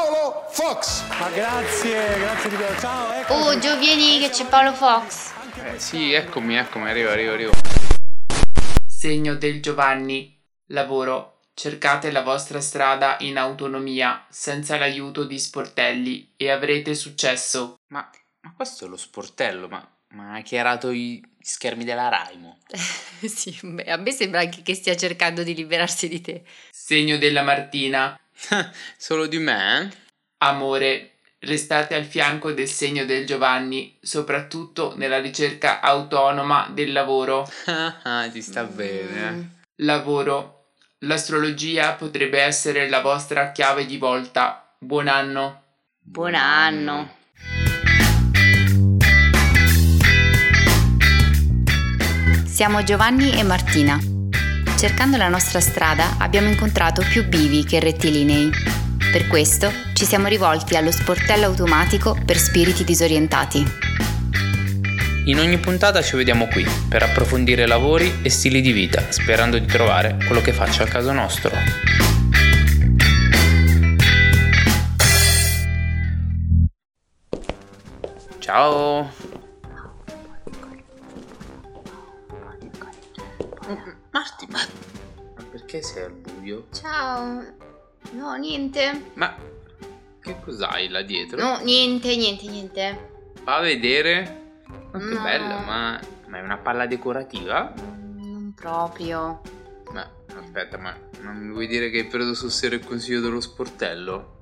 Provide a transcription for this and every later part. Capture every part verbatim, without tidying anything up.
Paolo Fox. Ma grazie, grazie di cuore. Ciao, ecco. Oh, Gio, vieni che c'è Paolo Fox. Eh sì, eccomi, eccomi, arrivo, arrivo, arrivo. Segno del Giovanni. Lavoro. Cercate la vostra strada in autonomia, senza l'aiuto di sportelli, e avrete successo. Ma, ma questo è lo sportello, ma, ma ha chiarato i schermi della Raimo. Sì, beh, a me sembra anche che stia cercando di liberarsi di te. Segno della Martina. Solo di me? Amore. Restate al fianco del segno del Giovanni, soprattutto nella ricerca autonoma del lavoro. Ah, ti sta bene. Lavoro. L'astrologia potrebbe essere la vostra chiave di volta. Buon anno. Buon anno. Siamo Giovanni e Martina. Cercando la nostra strada abbiamo incontrato più bivi che rettilinei. Per questo ci siamo rivolti allo sportello automatico per spiriti disorientati. In ogni puntata ci vediamo qui per approfondire lavori e stili di vita, sperando di trovare quello che faccia al caso nostro. Ciao! Marti, ma... ma perché sei al buio? Ciao. No, niente. Ma che cos'hai là dietro? No, niente, niente, niente. Fa a vedere? Ma che No. bella, ma... ma è una palla decorativa? Non proprio. Ma aspetta, ma non mi vuoi dire che hai preso sul serio il consiglio dello sportello?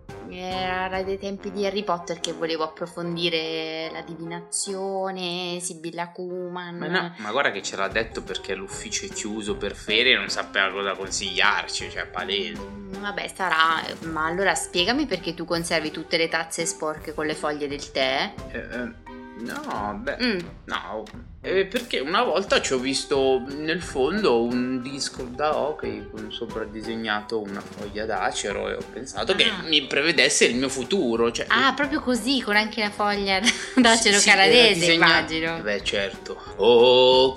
Era dei tempi di Harry Potter che volevo approfondire la divinazione, Sibilla Kuman. Ma no, ma guarda che ce l'ha detto perché l'ufficio è chiuso per ferie e non sapeva cosa consigliarci, cioè palese. Mm, Vabbè, sarà. Ma allora spiegami perché tu conservi tutte le tazze sporche con le foglie del tè? Eh, eh, no, beh, Mm. no, eh, perché una volta ci ho visto nel fondo un disco da hockey con sopra disegnato una foglia d'acero e ho pensato Ah. che mi prevedesse il mio futuro, cioè... Ah, proprio così, con anche la foglia d'acero Sì, sì, era canadese, disegna- immagino. Eh Beh, certo. Oh,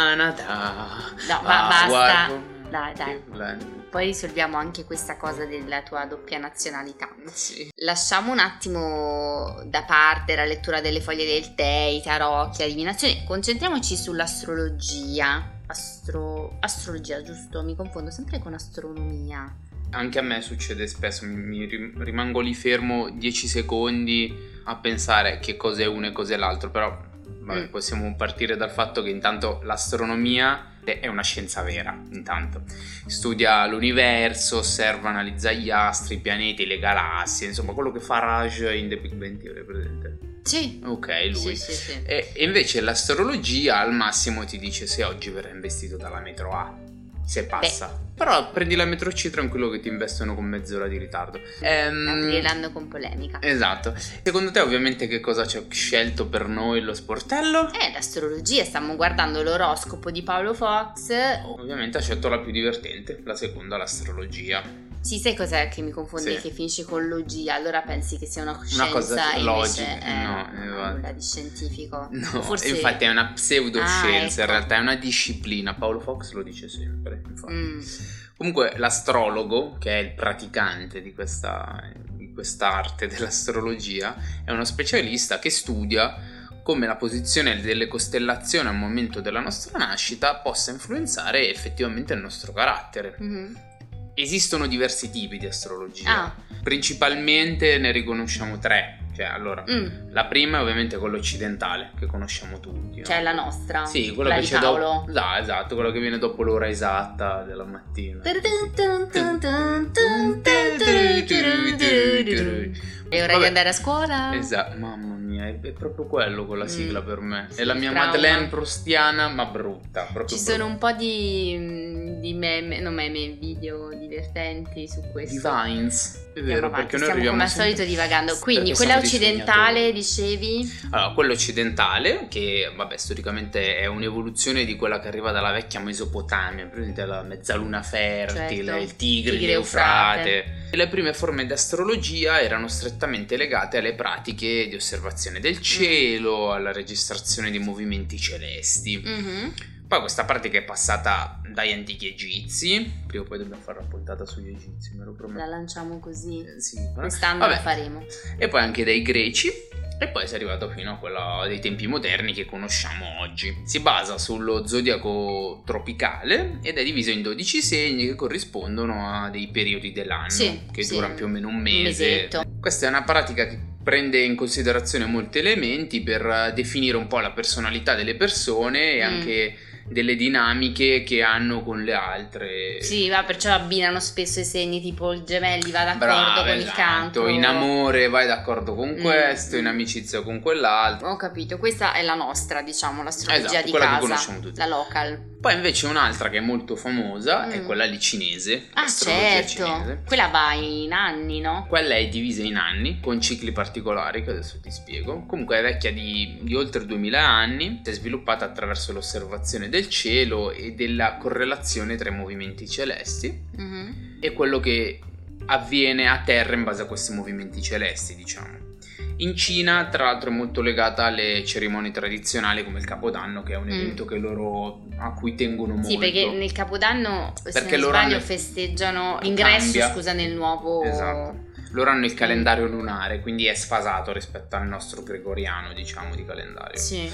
Canada. No, ma Ah, basta. guarda. Dai, dai. La- Poi risolviamo anche questa cosa della tua doppia nazionalità. Sì. Lasciamo un attimo da parte la lettura delle foglie del tè, i tarocchi, la divinazione. Concentriamoci sull'astrologia. Astro... Astrologia, giusto? Mi confondo sempre con astronomia. Anche a me succede spesso, mi, mi rim- rimango lì fermo dieci secondi a pensare che cos'è uno e cos'è l'altro, però vabbè, Mm. possiamo partire dal fatto che intanto l'astronomia è una scienza vera, intanto. Studia l'universo, osserva, analizza gli astri, i pianeti, le galassie, insomma quello che fa Raj in The Big Bang Theory, presente? Sì. Ok, lui. Sì, sì, sì. E, e invece l'astrologia al massimo ti dice se oggi verrà investito dalla metro A, se passa. Però prendi la metro C tranquillo che ti investono con mezz'ora di ritardo. Ehm, Aprire l'anno con polemica. Esatto. Secondo te ovviamente che cosa ci ha scelto per noi lo sportello? Eh, l'astrologia, stiamo guardando l'oroscopo di Paolo Fox. Ovviamente ha scelto la più divertente, la seconda, l'astrologia. Sì, sai cos'è che mi confondi? Sì. Che finisce con logia, allora pensi che sia una scienza cosa e logica, invece è no, una- esatto. nulla di scientifico. No, Forse... infatti è una pseudoscienza, Ah, in ecco. realtà è una disciplina. Paolo Fox lo dice sempre, infatti. Mm. Comunque l'astrologo, che è il praticante di questa di quest'arte dell'astrologia, è uno specialista che studia come la posizione delle costellazioni al momento della nostra nascita possa influenzare effettivamente il nostro carattere. Mhm. Esistono diversi tipi di astrologia. Ah. Principalmente ne riconosciamo tre. Cioè, allora, Mm. la prima è ovviamente quella occidentale, che conosciamo tutti. no? Cioè la nostra. Sì, quello la che di c'è Paolo. dopo. Ah, esatto, quello che viene dopo l'ora esatta della mattina. È ora di Vabbè. andare a scuola? Esatto, mamma mia, è, è proprio quello quella sigla Mm. per me. È Sì, la mia trauma. Madeleine proustiana, ma brutta. Proprio Ci sono brutta. un po' di, di meme, non meme, video divertenti su questo. Divines. È Andiamo vero, avanti, perché noi stiamo arriviamo come al sempre- solito divagando. Quindi perché quella siamo dei occidentale, sognatori. dicevi? Allora, quello occidentale, che vabbè, storicamente è un'evoluzione di quella che arriva dalla vecchia Mesopotamia, presente la mezzaluna fertile, Certo. il Tigre, Tigre l'Eufrate. E le prime forme di astrologia erano strettamente legate alle pratiche di osservazione del cielo, alla registrazione di movimenti celesti. Mhm. Poi questa pratica è passata dagli antichi egizi, prima o poi dobbiamo fare una puntata sugli egizi, me lo prometto. La lanciamo così, Eh, sì, quest'anno vabbè. lo faremo. E poi anche dai greci, e poi si è arrivato fino a quella dei tempi moderni che conosciamo oggi. Si basa sullo zodiaco tropicale ed è diviso in dodici segni che corrispondono a dei periodi dell'anno, Sì, che sì. durano più o meno un Un mese. mesetto. Questa è una pratica che prende in considerazione molti elementi per definire un po' la personalità delle persone e Mm. anche delle dinamiche che hanno con le altre. Sì, ma perciò abbinano spesso i segni, tipo il gemelli va d'accordo Brava, con il esatto. cancro. In amore vai d'accordo con Mm, questo, in mm. amicizia con quell'altro. Ho capito, questa è la nostra, diciamo, l'astrologia Esatto, di quella che casa, conosciamo tutti. la local. Poi invece un'altra che è molto famosa è Mm. quella lì cinese, Ah, l'astrologia certo, cinese. quella va in anni, no? Quella è divisa in anni, con cicli particolari che adesso ti spiego. Comunque è vecchia di, di oltre duemila anni, si è sviluppata attraverso l'osservazione del cielo e della correlazione tra i movimenti celesti Mhm. e quello che avviene a terra in base a questi movimenti celesti, diciamo. In Cina, tra l'altro, è molto legata alle cerimonie tradizionali come il Capodanno, che è un Mm. evento che loro, a cui tengono molto. Sì, perché nel Capodanno, se Perché non loro sbaglio, hanno- festeggiano l'ingresso, Cambia. scusa, nel nuovo... Esatto. Loro hanno il calendario lunare, quindi è sfasato rispetto al nostro gregoriano, diciamo, di calendario. Sì,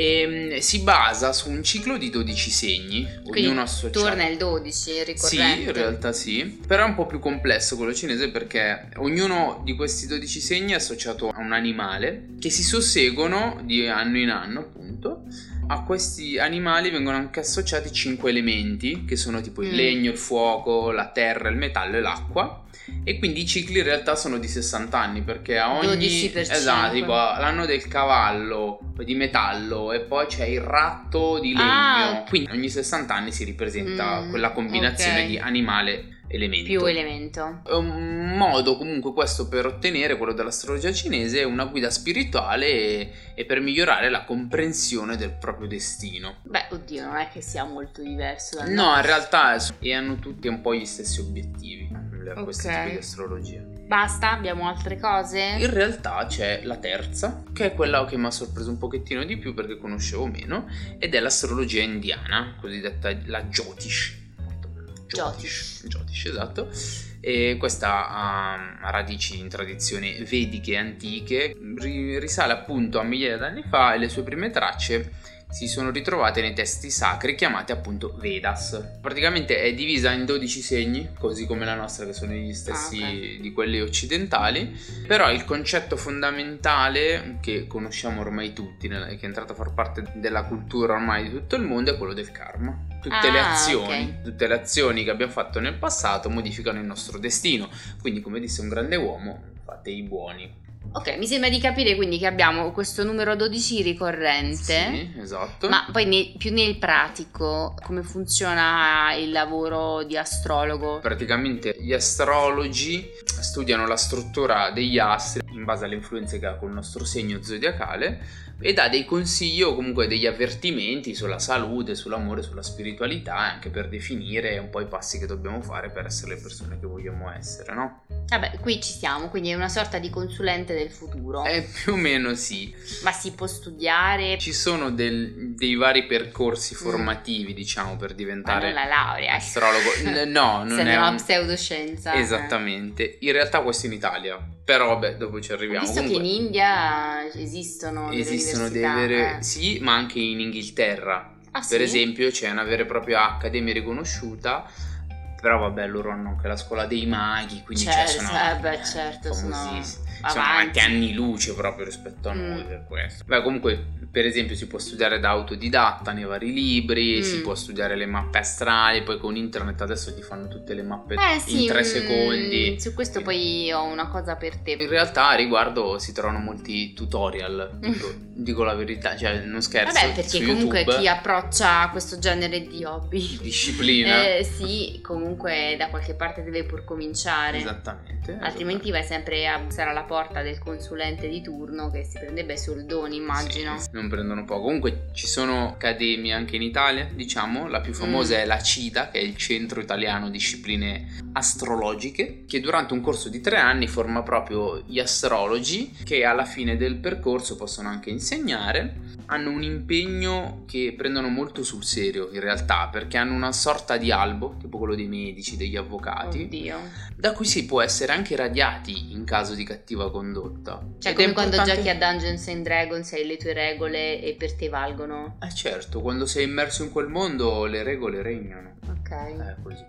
E mm, si basa su un ciclo di dodici segni, quindi ognuno associato. torna il dodici, Sì, ricorrente. in realtà sì, però è un po' più complesso quello cinese perché ognuno di questi dodici segni è associato a un animale che si susseguono di anno in anno, appunto. A questi animali vengono anche associati cinque elementi, che sono tipo il Mm. legno, il fuoco, la terra, il metallo e l'acqua. E quindi i cicli in realtà sono di sessanta anni, perché a ogni dodici per esatto, cinque. tipo l'anno del cavallo di metallo e poi c'è il ratto di legno. Ah, ok. Quindi ogni sessanta anni si ripresenta Mm, quella combinazione ok. di animale elemento. Più elemento. È un modo comunque questo per ottenere quello dell'astrologia cinese, una guida spirituale e, e per migliorare la comprensione del proprio destino. Beh, oddio, non è che sia molto diverso dal No, in realtà è- e hanno tutti un po' gli stessi obiettivi, le- questi Ok. tipi di astrologia. Basta? Abbiamo altre cose? In realtà c'è la terza, che è quella che mi ha sorpreso un pochettino di più perché conoscevo meno, ed è l'astrologia indiana, cosiddetta la Jyotish. Jyotish. Jyotish, esatto. E questa ha, ha radici in tradizioni vediche antiche, ri- risale appunto a migliaia d'anni fa e le sue prime tracce si sono ritrovate nei testi sacri chiamati appunto Vedas. Praticamente è divisa in dodici segni, così come la nostra, che sono gli stessi Ah, ok. di quelli occidentali, però il concetto fondamentale che conosciamo ormai tutti, nella- che è entrato a far parte della cultura ormai di tutto il mondo, è quello del karma. Tutte le Ah, azioni, ok. tutte le azioni che abbiamo fatto nel passato modificano il nostro destino. Quindi, come disse un grande uomo, fate i buoni. Ok, mi sembra di capire quindi che abbiamo questo numero dodici ricorrente. Sì, esatto. Ma poi ne- più nel pratico, come funziona il lavoro di astrologo? Praticamente gli astrologi studiano la struttura degli astri in base alle influenze che ha col nostro segno zodiacale e dà dei consigli o comunque degli avvertimenti sulla salute, sull'amore, sulla spiritualità, anche per definire un po' i passi che dobbiamo fare per essere le persone che vogliamo essere, no? Vabbè, qui ci siamo, quindi è una sorta di consulente del futuro. Eh, più o meno sì. Ma si può studiare, Ci sono del- dei vari percorsi formativi, diciamo, per ma diventare non la laurea. astrologo. N- no, non Sembra è una un... pseudoscienza. eh. Esattamente. In realtà questo in Italia, però vabbè, dopo ci Ho arriviamo. visto Comunque, che in India esistono delle esistono dei università, vere... eh. Sì, ma anche in Inghilterra. Ah, Per sì? esempio c'è una vera e propria accademia riconosciuta, però vabbè, loro hanno anche la scuola dei maghi, quindi Certo, cioè, sono eh, beh, certo, sono famosissimi. Sono avanti. anche anni luce proprio rispetto a noi Mm. per questo. Beh, comunque, per esempio, si può studiare da autodidatta nei vari libri, Mm. si può studiare le mappe astrali, poi con internet adesso ti fanno tutte le mappe Eh sì, in tre mm, secondi. su questo poi ho una cosa per te. In realtà a riguardo si trovano molti tutorial, dico, dico la verità, cioè non scherzo. Vabbè, perché su comunque YouTube, chi approccia questo genere di hobby disciplina. eh, sì, comunque da qualche parte deve pur cominciare. Esattamente. Esattamente. Altrimenti vai sempre a bussare alla porta del consulente di turno che si prende bei soldoni, immagino. Sì, non prendono poco. Comunque ci sono accademie anche in Italia, diciamo. La più famosa Mm. è la CIDA, che è il Centro Italiano Discipline Astrologiche, che durante un corso di tre anni forma proprio gli astrologi, che alla fine del percorso possono anche insegnare. Hanno un impegno che prendono molto sul serio in realtà, perché hanno una sorta di albo, tipo quello dei medici, degli avvocati, Oddio. da cui si può essere anche radiati in caso di cattiva condotta. Cioè, Ed come è quando importante- giochi a Dungeons and Dragons hai le tue regole e per te valgono. Eh certo, quando sei immerso in quel mondo le regole regnano. Ok. È così.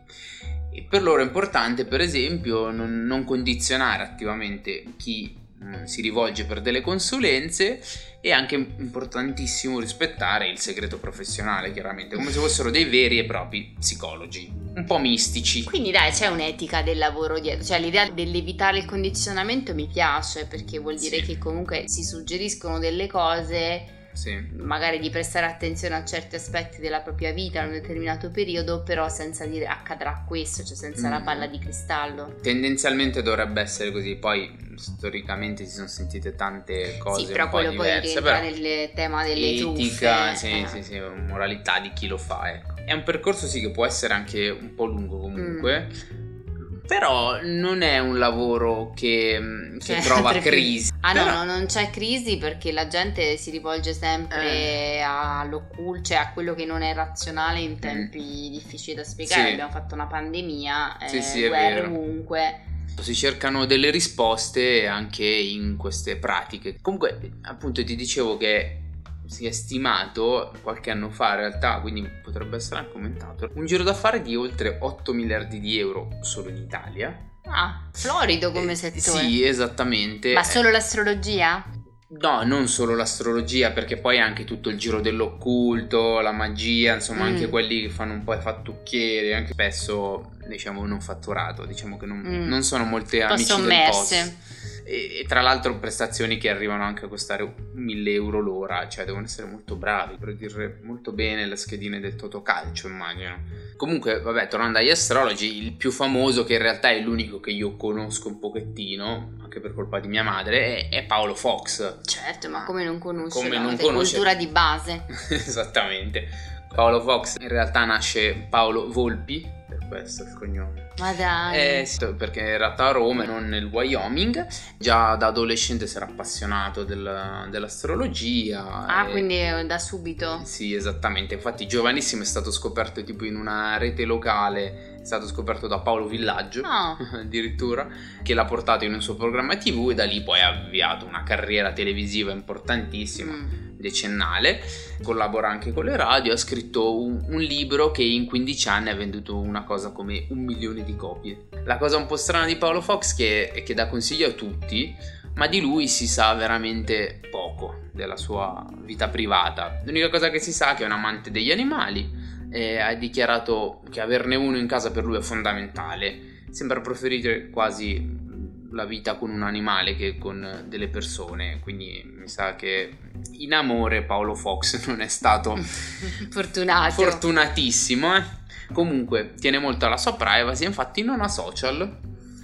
E per loro è importante, per esempio, non, non condizionare attivamente chi mm, si rivolge per delle consulenze. È anche importantissimo rispettare il segreto professionale, chiaramente, come se fossero dei veri e propri psicologi, un po' mistici. Quindi dai, c'è un'etica del lavoro dietro, cioè l'idea dell'evitare il condizionamento mi piace, perché vuol dire Sì. che comunque si suggeriscono delle cose, Sì. magari di prestare attenzione a certi aspetti della propria vita in un determinato periodo, però senza dire accadrà questo, cioè senza Mm. la palla di cristallo. Tendenzialmente dovrebbe essere così, poi storicamente si sono sentite tante cose Sì, però un po' quello poi diverse, rientra però nel tema delle etica, truffe. sì, eh. sì, sì, moralità di chi lo fa, ecco. È un percorso sì che può essere anche un po' lungo comunque, Mm. però non è un lavoro che, che Cioè, trova perché- crisi. Ah no, Però- no, non c'è crisi perché la gente si rivolge sempre Eh. all'occulto, cioè a quello che non è razionale in tempi difficili da spiegare. Sì. Abbiamo fatto una pandemia, Sì, eh, sì, è guerre vero. ovunque. Si cercano delle risposte anche in queste pratiche. Comunque, appunto, ti dicevo che si è stimato qualche anno fa, in realtà, quindi potrebbe essere anche aumentato, un giro d'affari di oltre otto miliardi di euro solo in Italia. Ah, florido come Eh, settore. Sì, esattamente. Ma Eh, solo l'astrologia? No, non solo l'astrologia, perché poi anche tutto il giro dell'occulto, la magia, insomma, Mm. anche quelli che fanno un po' i fattucchieri, anche spesso, diciamo, non fatturato, diciamo che non, Mm. non sono molti Un po' amici del sommerse. post. E, e tra l'altro prestazioni che arrivano anche a costare mille euro l'ora, cioè devono essere molto bravi per dire molto bene le schedine del Totocalcio, immagino. Comunque, vabbè, tornando agli astrologi, il più famoso, che in realtà è l'unico che io conosco un pochettino, anche per colpa di mia madre, è, è Paolo Fox. Certo, ma come non conoscere? Come non Avete conoscere- cultura di base. Esattamente. Paolo Fox in realtà nasce Paolo Volpi, per questo il cognome. Ma dai. Eh, sì, perché era a Roma e non nel Wyoming. Già da adolescente si era appassionato del- dell'astrologia. Ah, e- quindi eh, da subito. Sì, esattamente. Infatti giovanissimo è stato scoperto tipo in una rete locale, è stato scoperto da Paolo Villaggio. No. Addirittura, che l'ha portato in un suo programma tivù e da lì poi ha avviato una carriera televisiva importantissima, Mm. decennale. Collabora anche con le radio, ha scritto un, un libro che in quindici anni ha venduto una cosa come un milione di copie. La cosa un po' strana di Paolo Fox che, è che dà consiglio a tutti, ma di lui si sa veramente poco della sua vita privata. L'unica cosa che si sa è che è un amante degli animali e ha dichiarato che averne uno in casa per lui è fondamentale. Sembra preferire quasi la vita con un animale che con delle persone, quindi mi sa che in amore Paolo Fox non è stato Fortunato. fortunatissimo, eh? Comunque tiene molto alla sua privacy, infatti non ha social.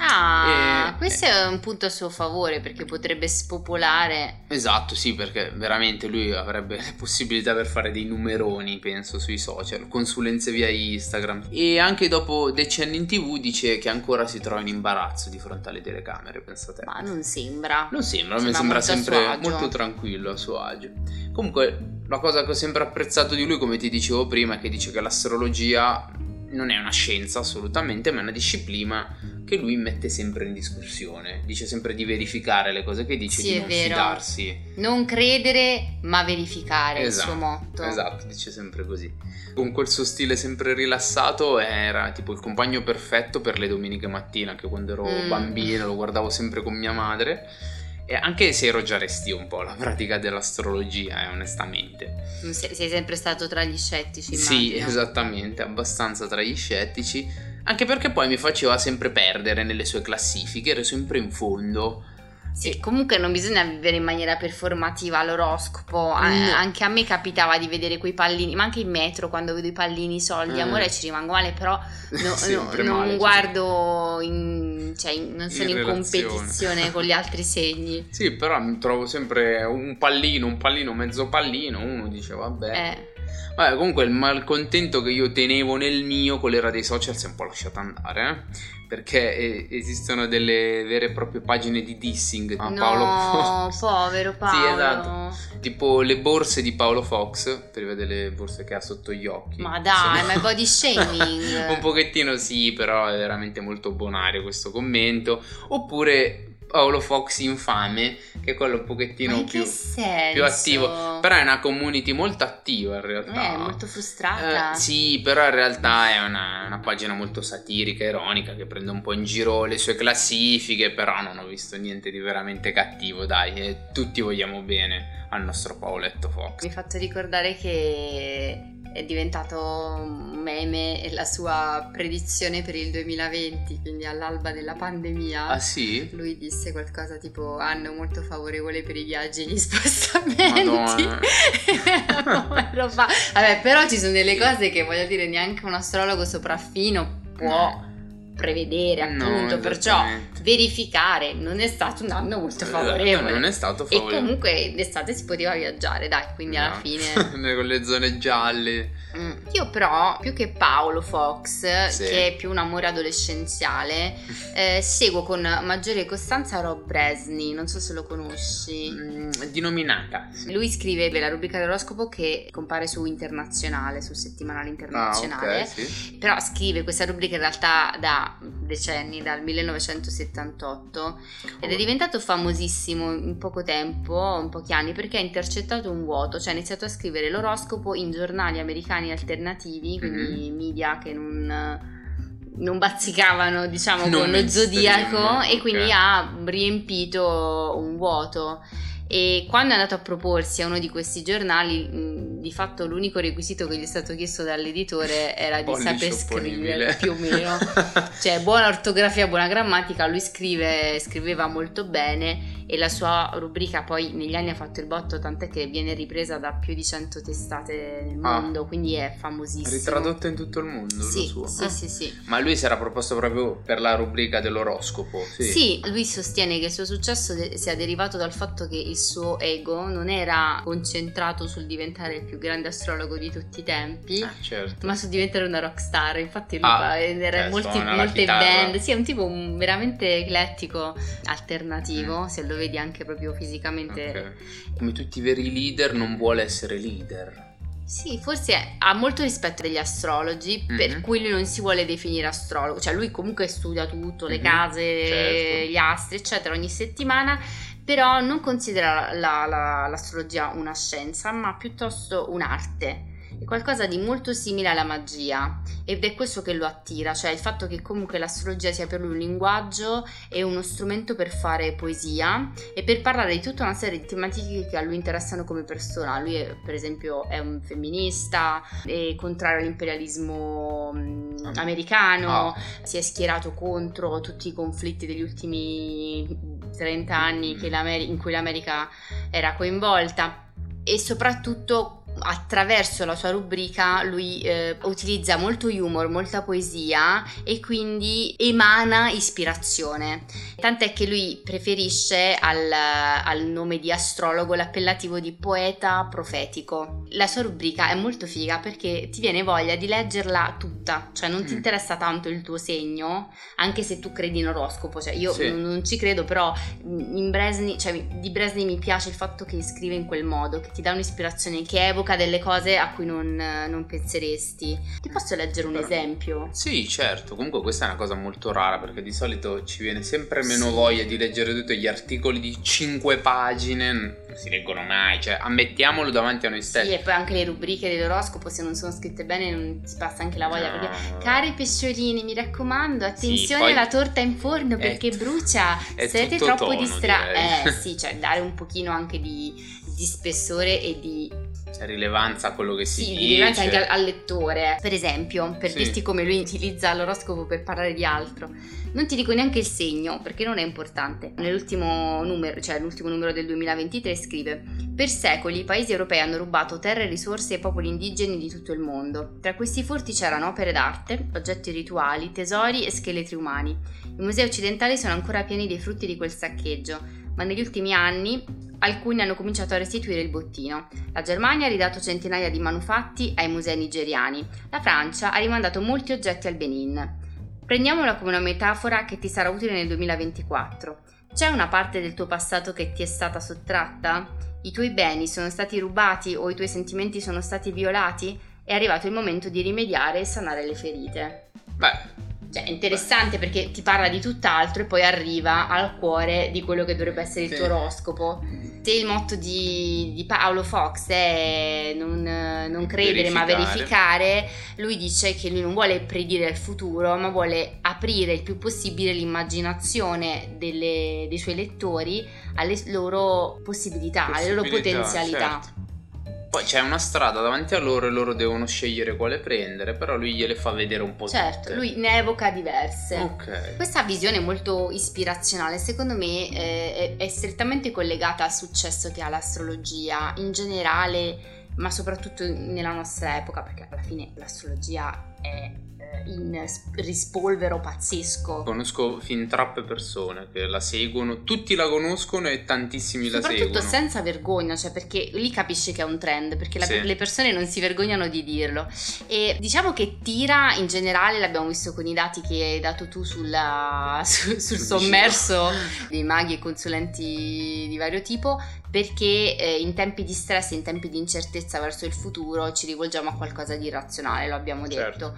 Ah, E- questo è un punto a suo favore perché potrebbe spopolare. Esatto, sì, perché veramente lui avrebbe le possibilità per fare dei numeroni, penso, sui social, consulenze via Instagram. E anche dopo decenni in tv dice che ancora si trova in imbarazzo di fronte alle telecamere, pensate. Ma non sembra. Non sembra, mi Sembra sembra molto a sempre suo agio. molto tranquillo, a suo agio. Comunque, la cosa che ho sempre apprezzato di lui, come ti dicevo prima, è che dice che l'astrologia non è una scienza assolutamente, ma è una disciplina che lui mette sempre in discussione. Dice sempre di verificare le cose che dice, Sì, di è non vero. fidarsi. Non credere, ma verificare Esatto, il suo motto. Esatto, dice sempre così. Con quel suo stile sempre rilassato era tipo il compagno perfetto per le domeniche mattina, anche quando ero Mm. bambino lo guardavo sempre con mia madre. E anche se ero già restio un po' alla pratica dell'astrologia, eh, onestamente. Non sei, sei sempre stato tra gli scettici, Sì, immagino. esattamente, abbastanza tra gli scettici. Anche perché poi mi faceva sempre perdere nelle sue classifiche, ero sempre in fondo. Sì, E- comunque non bisogna vivere in maniera performativa l'oroscopo. A- No. Anche a me capitava di vedere quei pallini, ma anche in metro quando vedo i pallini soldi, Eh. amore, ci rimango male, però no- no- Sempre non male, guardo in in, cioè, non sono In in, relazione. competizione con gli altri segni. Sì, però mi trovo sempre un pallino, un pallino, mezzo pallino, uno dice vabbè. Eh. Vabbè, comunque il malcontento che io tenevo nel mio con l'era dei social si è un po' lasciato andare, eh? Perché eh, esistono delle vere e proprie pagine di dissing a No, Paolo Fox. povero Paolo. Sì, esatto. Tipo le borse di Paolo Fox, per vedere le borse che ha sotto gli occhi. Ma dai, Insomma. ma è body shaming. Un pochettino sì, però è veramente molto bonario questo commento. Oppure Paolo Fox infame, che è quello un pochettino Ma in più, che senso? più attivo. Però è una community molto attiva in realtà. Eh, molto frustrata. Eh, sì, però in realtà è una, una pagina molto satirica, ironica, che prende un po' in giro le sue classifiche, però non ho visto niente di veramente cattivo, dai, e tutti vogliamo bene al nostro Paoletto Fox. Mi ha fatto ricordare che è diventato un meme la sua predizione per il duemilaventi, quindi all'alba della pandemia. Ah sì? Lui disse qualcosa tipo anno molto favorevole per i viaggi e gli spostamenti. Madonna. Lo fa. Vabbè, però ci sono delle cose che, voglio dire, neanche un astrologo sopraffino può No. prevedere, No, appunto, perciò esattamente. verificare. Non è stato un anno molto favorevole. Non è stato E favorevole. comunque d'estate si poteva viaggiare, dai, quindi alla No. fine... Con le zone gialle. Mm. Io però, più che Paolo Fox, Sì. che è più un amore adolescenziale, eh, seguo con maggiore costanza Rob Bresney, non so se lo conosci. Mm, denominata. Lui scrive beh, la rubrica dell'oroscopo che compare su Internazionale, sul settimanale Ah, internazionale. ok, sì. Però scrive questa rubrica in realtà da decenni, dal millenovecentosettantotto, ed è diventato famosissimo in poco tempo, in pochi anni, perché ha intercettato un vuoto, cioè ha iniziato a scrivere l'oroscopo in giornali americani alternativi, quindi Mhm. media che non, non bazzicavano, diciamo, Non con lo mainstream, zodiaco, e ok. quindi ha riempito un vuoto. E quando è andato a proporsi a uno di questi giornali, mh, di fatto l'unico requisito che gli è stato chiesto dall'editore era di Pollice saper opponibile. scrivere, più o meno, cioè buona ortografia, buona grammatica. Lui scrive, scriveva molto bene, e la sua rubrica poi negli anni ha fatto il botto, tant'è che viene ripresa da più di cento testate nel Ah. mondo, quindi è famosissimo. Ritradotto in tutto il mondo, Sì, lo suo. sì, Ah. sì, sì. Ma lui si era proposto proprio per la rubrica dell'oroscopo. Sì. Sì, lui sostiene che il suo successo de- sia derivato dal fatto che il suo ego non era concentrato sul diventare il più grande astrologo di tutti i tempi, Ah, certo. ma su diventare una rockstar. Infatti lui Ah, fa vedere eh, molti- suona la molte chitarra. band. Sì, è un tipo un- veramente eclettico, alternativo, Mm. se lo vedi anche proprio fisicamente. Ok. Come tutti i veri leader non vuole essere leader. Sì, forse ha molto rispetto degli astrologi, per Mhm. cui lui non si vuole definire astrologo, cioè lui comunque studia tutto, le Mhm, case, certo. gli astri, eccetera, ogni settimana, però non considera la- la- l'astrologia una scienza, ma piuttosto un'arte. È qualcosa di molto simile alla magia, ed è questo che lo attira, cioè il fatto che comunque l'astrologia sia per lui un linguaggio e uno strumento per fare poesia e per parlare di tutta una serie di tematiche che a lui interessano come persona. Lui è, per esempio, è un femminista, è contrario all'imperialismo mh, americano, Ah. si è schierato contro tutti i conflitti degli ultimi trenta anni che l'Ameri- in cui l'America era coinvolta, e soprattutto attraverso la sua rubrica lui eh, utilizza molto humor, molta poesia, e quindi emana ispirazione, tant'è che lui preferisce al, al nome di astrologo l'appellativo di poeta profetico. La sua rubrica è molto figa perché ti viene voglia di leggerla tutta, cioè non ti Mm. interessa tanto il tuo segno, anche se tu credi in oroscopo, cioè io Sì. non, non ci credo, però in Bresney, cioè di Bresney mi piace il fatto che scrive in quel modo, che ti dà un'ispirazione, che evoca delle cose a cui non, non penseresti. Ti posso leggere un Però- esempio? Sì, certo. Comunque questa è una cosa molto rara, perché di solito ci viene sempre meno Sì. voglia di leggere tutti gli articoli di cinque pagine. Non si leggono mai, cioè ammettiamolo davanti a noi stessi. Sì, e poi anche le rubriche dell'oroscopo, se non sono scritte bene, non ti passa anche la voglia. No. Perché, cari pesciolini, mi raccomando, attenzione poi alla torta in forno è perché t- brucia. è Siete tutto troppo tono, distratti. direi. Eh sì, cioè dare un pochino anche di, di spessore e di rilevanza a quello che si sì, dice. di rilevanza anche al, al lettore. Per esempio, per Sì. dirti come lui utilizza l'oroscopo per parlare di altro, non ti dico neanche il segno perché non è importante. Nell'ultimo numero, cioè l'ultimo numero del duemilaventitré scrive: per secoli i paesi europei hanno rubato terre e risorse ai popoli indigeni di tutto il mondo. Tra questi furti c'erano opere d'arte, oggetti rituali, tesori e scheletri umani. I musei occidentali sono ancora pieni dei frutti di quel saccheggio, ma negli ultimi anni alcuni hanno cominciato a restituire il bottino. La Germania ha ridato centinaia di manufatti ai musei nigeriani. La Francia ha rimandato molti oggetti al Benin. Prendiamola come una metafora che ti sarà utile nel duemilaventiquattro. C'è una parte del tuo passato che ti è stata sottratta? I tuoi beni sono stati rubati o i tuoi sentimenti sono stati violati? È arrivato il momento di rimediare e sanare le ferite. Beh, cioè, è interessante perché ti parla di tutt'altro e poi arriva al cuore di quello che dovrebbe essere il sì. tuo oroscopo. Se il motto di, di Paolo Fox è non, non credere ma verificare, lui dice che lui non vuole predire il futuro, ma vuole aprire il più possibile l'immaginazione delle, dei suoi lettori alle loro possibilità, alle loro Possibilità, potenzialità. certo. Poi c'è una strada davanti a loro e loro devono scegliere quale prendere, però lui gliele fa vedere un po' Certo, tutte. lui ne evoca diverse. Ok. Questa visione molto ispirazionale, secondo me, eh, è, è strettamente collegata al successo che ha l'astrologia in generale, ma soprattutto nella nostra epoca, perché alla fine l'astrologia è eh, in rispolvero pazzesco. Conosco fin troppe persone che la seguono, tutti la conoscono e tantissimi la Soprattutto seguono. senza vergogna, cioè perché lì capisci che è un trend, perché la- Sì. le persone non si vergognano di dirlo. E diciamo che tira in generale, l'abbiamo visto con i dati che hai dato tu sulla, su- sul Sul sommerso dei maghi e consulenti di vario tipo, perché eh, in tempi di stress, in tempi di incertezza verso il futuro ci rivolgiamo a qualcosa di irrazionale, lo abbiamo detto. Certo.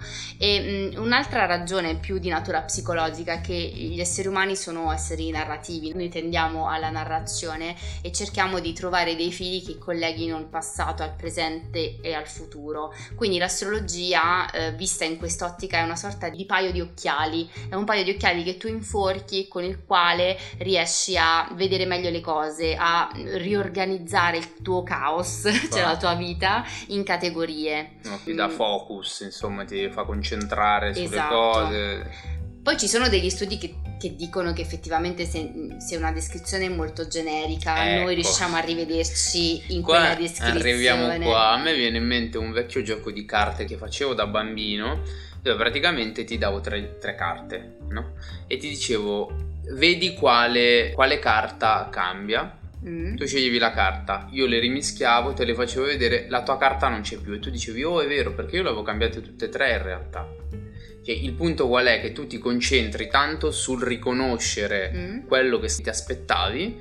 E mh, un'altra ragione più di natura psicologica è che gli esseri umani sono esseri narrativi, noi tendiamo alla narrazione e cerchiamo di trovare dei fili che colleghino il passato al presente e al futuro. Quindi l'astrologia, eh, vista in quest'ottica, è una sorta di paio di occhiali, è un paio di occhiali che tu inforchi con il quale riesci a vedere meglio le cose, a riorganizzare il tuo caos, cioè la tua vita, in categorie. No, ti dà Mm. focus, insomma, ti fa concentrare sulle Esatto. cose. Poi ci sono degli studi che, che dicono che effettivamente se, se una descrizione è molto generica, Ecco. noi riusciamo a rivederci in Qua quella descrizione. arriviamo qua, a me viene in mente un vecchio gioco di carte che facevo da bambino, dove praticamente ti davo tre, tre carte, no? E ti dicevo, vedi quale, quale carta cambia. Mm. Tu sceglievi la carta, io le rimischiavo, te le facevo vedere, la tua carta non c'è più e tu dicevi, oh è vero, perché io le avevo cambiate tutte e tre in realtà. Cioè, il punto qual è? Che tu ti concentri tanto sul riconoscere Mm. quello che ti aspettavi,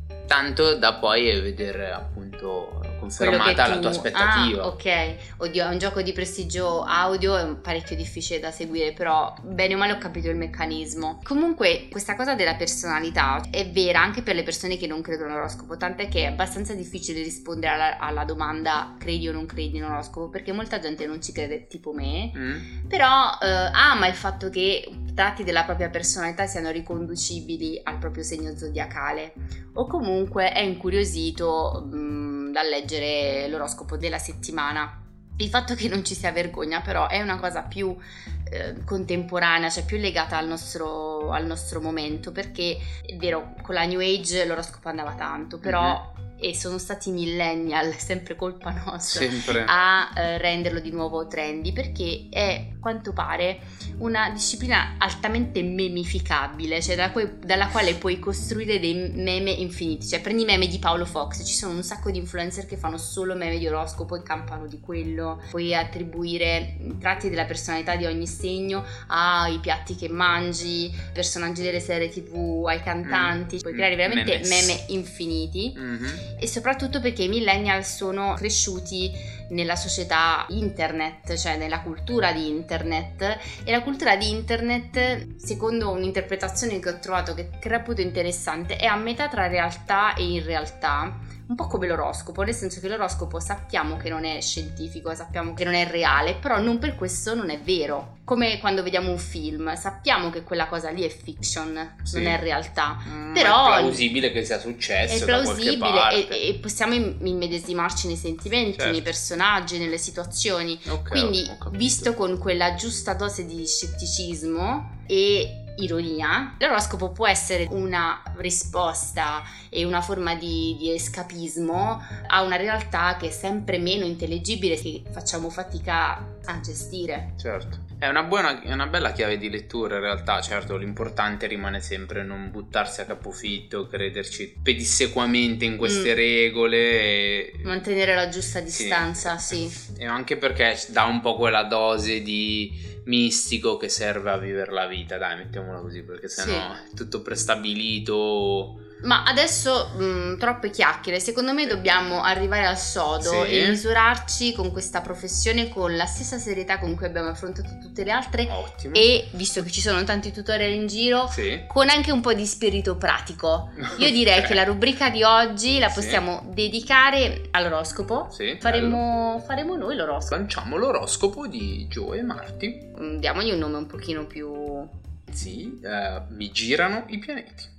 tanto da poi vedere appunto confermata tu- la tua aspettativa. Ah, ok. Oddio, è un gioco di prestigio audio, è parecchio difficile da seguire, però bene o male ho capito il meccanismo. Comunque, questa cosa della personalità è vera anche per le persone che non credono all'oroscopo, tant'è che è abbastanza difficile rispondere alla, alla domanda credi o non credi in oroscopo, perché molta gente non ci crede, tipo me, Mm? però eh, ama il fatto che tratti della propria personalità siano riconducibili al proprio segno zodiacale, o comunque è incuriosito mh, dal leggere l'oroscopo della settimana. Il fatto che non ci sia vergogna però è una cosa più eh, contemporanea, cioè più legata al nostro, al nostro momento, perché è vero, con la New Age l'oroscopo andava tanto, però Mhm. e sono stati millennial, sempre colpa nostra, Sempre. a eh, renderlo di nuovo trendy, perché è, a quanto pare, una disciplina altamente memificabile, cioè dalla, cui- dalla quale puoi costruire dei meme infiniti. Cioè prendi i meme di Paolo Fox, ci sono un sacco di influencer che fanno solo meme di oroscopo e campano di quello. Puoi attribuire tratti della personalità di ogni segno ai piatti che mangi, personaggi delle serie tv, ai cantanti. Mm. Puoi creare veramente Memes. meme infiniti. Mhm. E soprattutto perché i millennial sono cresciuti nella società internet, cioè nella cultura di internet, e la cultura di internet, secondo un'interpretazione che ho trovato che, che reputo interessante, è a metà tra realtà e irrealtà, un po' come l'oroscopo, nel senso che l'oroscopo sappiamo che non è scientifico, sappiamo che non è reale, però non per questo non è vero. Come quando vediamo un film, sappiamo che quella cosa lì è fiction, Sì. non è realtà. Mm, Però è plausibile che sia successo è da qualche plausibile parte. e, e possiamo im- immedesimarci nei sentimenti, Certo. nei personaggi, nelle situazioni. Ok, Quindi, ho capito. visto con quella giusta dose di scetticismo e ironia, l'oroscopo può essere una risposta e una forma di, di escapismo a una realtà che è sempre meno intellegibile, che facciamo fatica a gestire. Certo, è una buona, è una bella chiave di lettura in realtà. Certo, l'importante rimane sempre non buttarsi a capofitto, crederci pedissequamente in queste Mm. regole e... Mantenere la giusta Sì. distanza, sì. E anche perché dà un po' quella dose di mistico che serve a vivere la vita, dai, mettiamola così, perché sennò è tutto prestabilito. Ma adesso mh, troppe chiacchiere, secondo me dobbiamo arrivare al sodo Sì. e misurarci con questa professione con la stessa serietà con cui abbiamo affrontato tutte le altre Ottimo. e, visto che ci sono tanti tutorial in giro, Sì. con anche un po' di spirito pratico. Io direi Ok. che la rubrica di oggi la Sì. possiamo dedicare all'oroscopo. Sì, Faremo, faremo noi l'oroscopo. Lanciamo l'oroscopo di Joe e Marti. Mm, Diamogli un nome un pochino più... Sì, eh, mi girano i pianeti.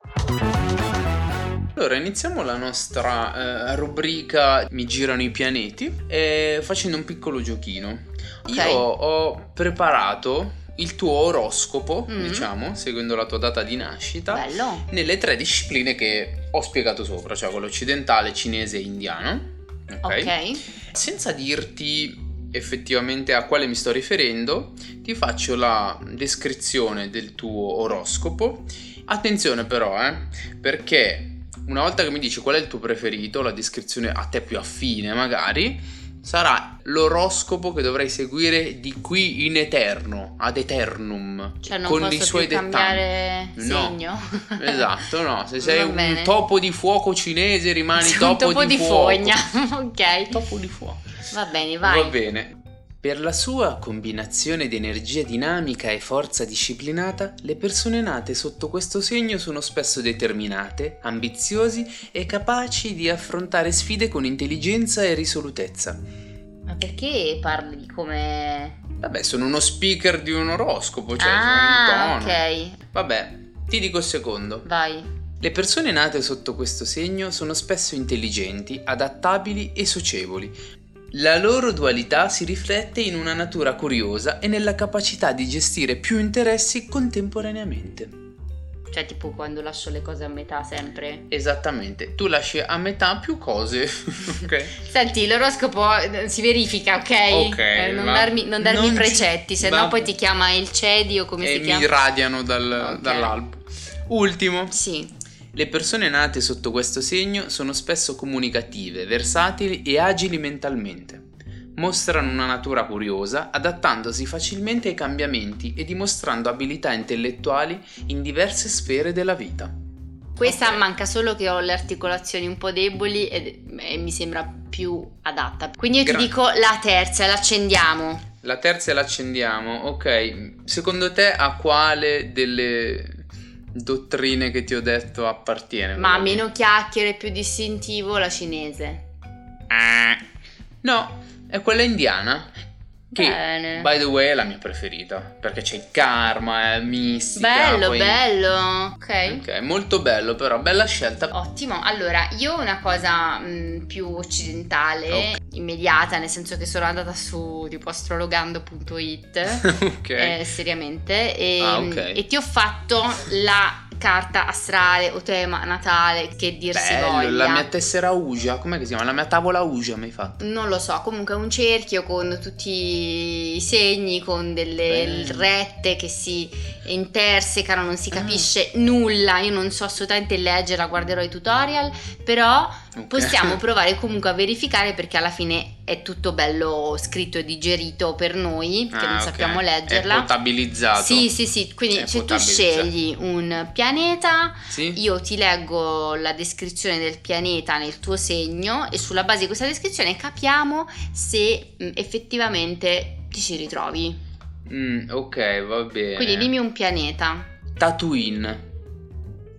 Allora, iniziamo la nostra eh, rubrica Mi girano i pianeti eh, facendo un piccolo giochino. Ok. Io ho preparato il tuo oroscopo, Mm. diciamo, seguendo la tua data di nascita, Bello. nelle tre discipline che ho spiegato sopra, cioè quello occidentale, cinese e indiano. Ok? Ok. Senza dirti effettivamente a quale mi sto riferendo, ti faccio la descrizione del tuo oroscopo. Attenzione però, eh, perché una volta che mi dici qual è il tuo preferito, la descrizione a te più affine magari, sarà l'oroscopo che dovrai seguire di qui in eterno, ad eternum, Cioè non con posso i suoi più dettagli. cambiare No. segno. Esatto, no, se sei Va un bene. topo di fuoco cinese rimani Sei topo, un topo di, di fuoco. fogna. Ok. Topo di fuoco. Va bene, vai. Va bene. Per la sua combinazione di energia dinamica e forza disciplinata, le persone nate sotto questo segno sono spesso determinate, ambiziosi e capaci di affrontare sfide con intelligenza e risolutezza. Ma perché parli come... Vabbè, sono uno speaker di un oroscopo, cioè ah, sono un tono. ok. Vabbè, ti dico il secondo. Vai. Le persone nate sotto questo segno sono spesso intelligenti, adattabili e socievoli. La loro dualità si riflette in una natura curiosa e nella capacità di gestire più interessi contemporaneamente. Cioè tipo quando lascio le cose a metà sempre. Esattamente, tu lasci a metà più cose, ok? Senti, l'oroscopo eh, si verifica, ok? Ok, Eh, non va- darmi, non darmi non ci- precetti, se va- no poi ti chiama il Cedi o come e si mi chiama? radiano dal- Ok. dall'albo. Ultimo. Sì. Le persone nate sotto questo segno sono spesso comunicative, versatili e agili mentalmente. Mostrano una natura curiosa, adattandosi facilmente ai cambiamenti e dimostrando abilità intellettuali in diverse sfere della vita. Questa Ok. manca solo che ho le articolazioni un po' deboli e, e mi sembra più adatta. Quindi io ti Gra- dico la terza, l'accendiamo. La terza l'accendiamo, ok. Secondo te a quale delle dottrine che ti ho detto appartiene? Ma quella lì? meno chiacchiere, più distintivo, la cinese. Ah. No, è quella indiana. Che, Bene. by the way, è la mia preferita. Perché c'è il karma, è mistica. Bello, poi- bello. Ok. Ok, molto bello, però bella scelta. Ottimo, allora io ho una cosa mh, più occidentale, Ok. immediata, nel senso che sono andata su tipo astrologando punto it, Ok. eh, seriamente, e, Ah, ok. e ti ho fatto la carta astrale o tema natale, che dir si Bello, voglia. la mia tessera Uja, com'è che si chiama? La mia tavola Uja mi hai fatto. Non lo so, comunque è un cerchio con tutti i segni, con delle Bello. rette che si intersecano, non si Ah. capisce nulla, io non so assolutamente leggerla, guarderò i tutorial, però Ok. possiamo provare comunque a verificare, perché alla fine è tutto bello scritto e digerito per noi che Ah, non ok. sappiamo È leggerla. potabilizzato. Sì, sì, sì, quindi È se tu potabilizzato. scegli un pianeta, Sì? io ti leggo la descrizione del pianeta nel tuo segno e sulla base di questa descrizione capiamo se mh, effettivamente ti ci ritrovi. Mm, ok, va bene. Quindi dimmi un pianeta. Tatooine.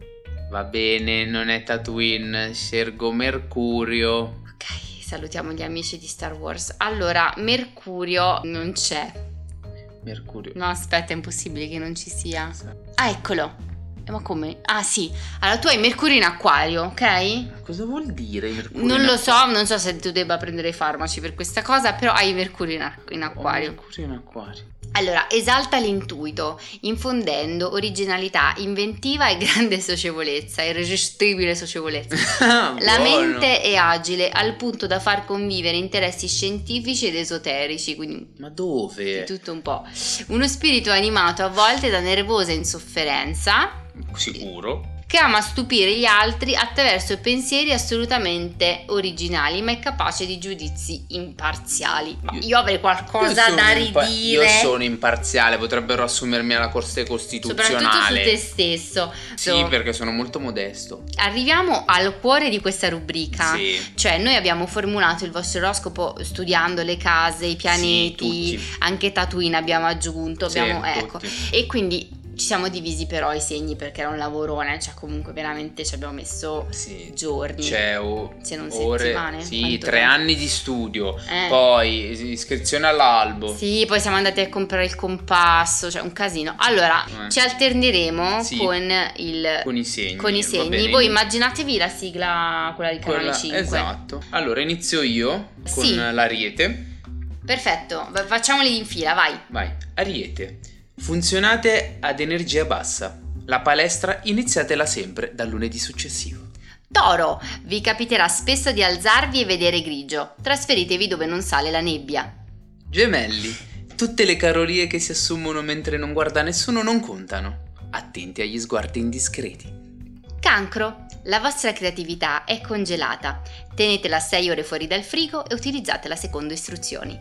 Va bene, non è Tatooine, scelgo Mercurio. Ok, salutiamo gli amici di Star Wars. Allora, Mercurio non c'è. Mercurio. No, aspetta, è impossibile che non ci sia. Ah, eccolo. Eh, ma come? Ah, sì. Allora, tu hai Mercurio in acquario, ok? Cosa vuol dire Mercurio? Non in lo acquario? so, non so se tu debba prendere i farmaci per questa cosa, però hai Mercurio in, a- in Ho acquario. Mercurio in acquario. Allora, esalta l'intuito, infondendo originalità, inventiva e grande socievolezza, irresistibile socievolezza. La Buono. mente è agile al punto da far convivere interessi scientifici ed esoterici, quindi Ma dove? di tutto un po'. Uno spirito animato a volte da nervosa insofferenza, Sicuro. che ama stupire gli altri attraverso pensieri assolutamente originali, ma è capace di giudizi imparziali. Ma Io- io avrei qualcosa Io da sono impa- ridire. Io sono imparziale, potrebbero assumermi alla Corte Soprattutto su Costituzionale. te stesso. Sì, So, perché sono molto modesto. arriviamo al cuore di questa rubrica. Sì. Cioè, noi abbiamo formulato il vostro oroscopo studiando le case, i pianeti, tutti. anche Tatooine abbiamo aggiunto. Sì, abbiamo, ecco. tutti. E quindi ci siamo divisi però i segni perché era un lavorone, cioè comunque veramente ci abbiamo messo Sì. giorni. C'è o- Se non ore, settimane, sì, quanto tre tempo? anni di studio, Eh. poi iscrizione all'albo. Sì, poi siamo andati a comprare il compasso, cioè un casino. Allora, Eh. ci alterneremo Sì. con il Con i segni. con i va segni. bene. Voi immaginatevi la sigla, quella di Canale Quella- cinque. Esatto. Allora inizio io con Sì. l'Ariete. Perfetto, va- facciamoli in fila, vai. Vai, Ariete. Funzionate ad energia bassa. La palestra iniziatela sempre dal lunedì successivo. Toro, vi capiterà spesso di alzarvi e vedere grigio. Trasferitevi dove non sale la nebbia. Gemelli. Tutte le carolie che si assumono mentre non guarda nessuno non contano. Attenti agli sguardi indiscreti. Cancro, la vostra creatività è congelata. Tenetela sei ore fuori dal frigo e utilizzatela secondo istruzioni.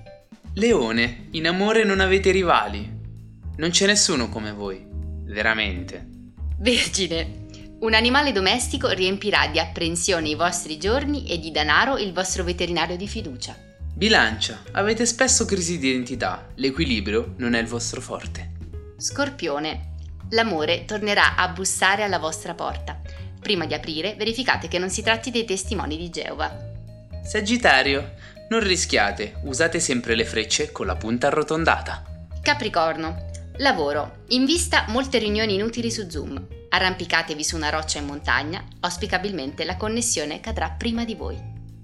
Leone. In amore non avete rivali. Non c'è nessuno come voi. Veramente. Vergine, un animale domestico riempirà di apprensione i vostri giorni e di denaro il vostro veterinario di fiducia. Bilancia. Avete spesso crisi di identità. L'equilibrio non è il vostro forte. Scorpione, l'amore tornerà a bussare alla vostra porta. Prima di aprire, verificate che non si tratti dei testimoni di Geova. Sagittario. Non rischiate. Usate sempre le frecce con la punta arrotondata. Capricorno, lavoro. In vista molte riunioni inutili su Zoom. Arrampicatevi su una roccia in montagna, auspicabilmente la connessione cadrà prima di voi.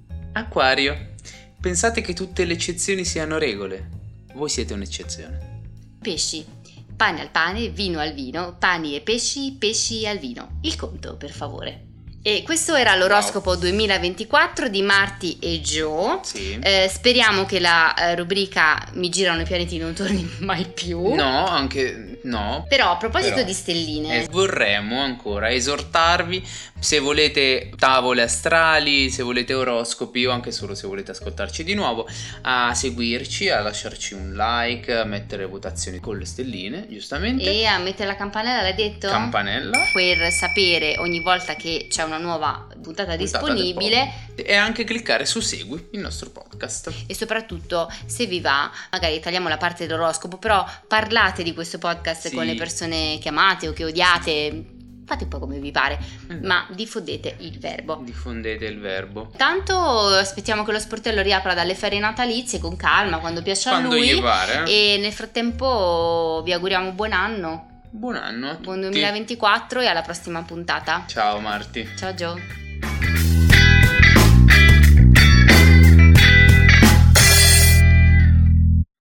Acquario. Pensate che tutte le eccezioni siano regole. Voi siete un'eccezione. Pesci, pane al pane, vino al vino, pani e pesci, pesci al vino. Il conto, per favore. E questo era l'oroscopo Wow. duemilaventiquattro di Marti e Joe. Sì. Eh, speriamo che la eh, rubrica Mi girano i pianeti non torni mai più. No, anche no. Però a proposito Però, di stelline, Eh, vorremmo ancora esortarvi, se volete tavole astrali, se volete oroscopi o anche solo se volete ascoltarci di nuovo, a seguirci, a lasciarci un like, a mettere votazioni con le stelline, giustamente. e a mettere la campanella, l'hai detto? Campanella. Per sapere ogni volta che c'è una nuova puntata Puntata del disponibile. podcast. E anche cliccare su segui il nostro podcast. E soprattutto, se vi va, magari tagliamo la parte dell'oroscopo, però parlate di questo podcast Sì. con le persone che amate o che odiate, fate un po' come vi pare, Esatto. ma diffondete il verbo. Diffondete il verbo. Tanto aspettiamo che lo sportello riapra dalle ferie natalizie con calma, quando piace a Quando lui. gli pare. E nel frattempo vi auguriamo buon anno, Buon anno a tutti. buon duemilaventiquattro e alla prossima puntata. Ciao Marti. Ciao Gio.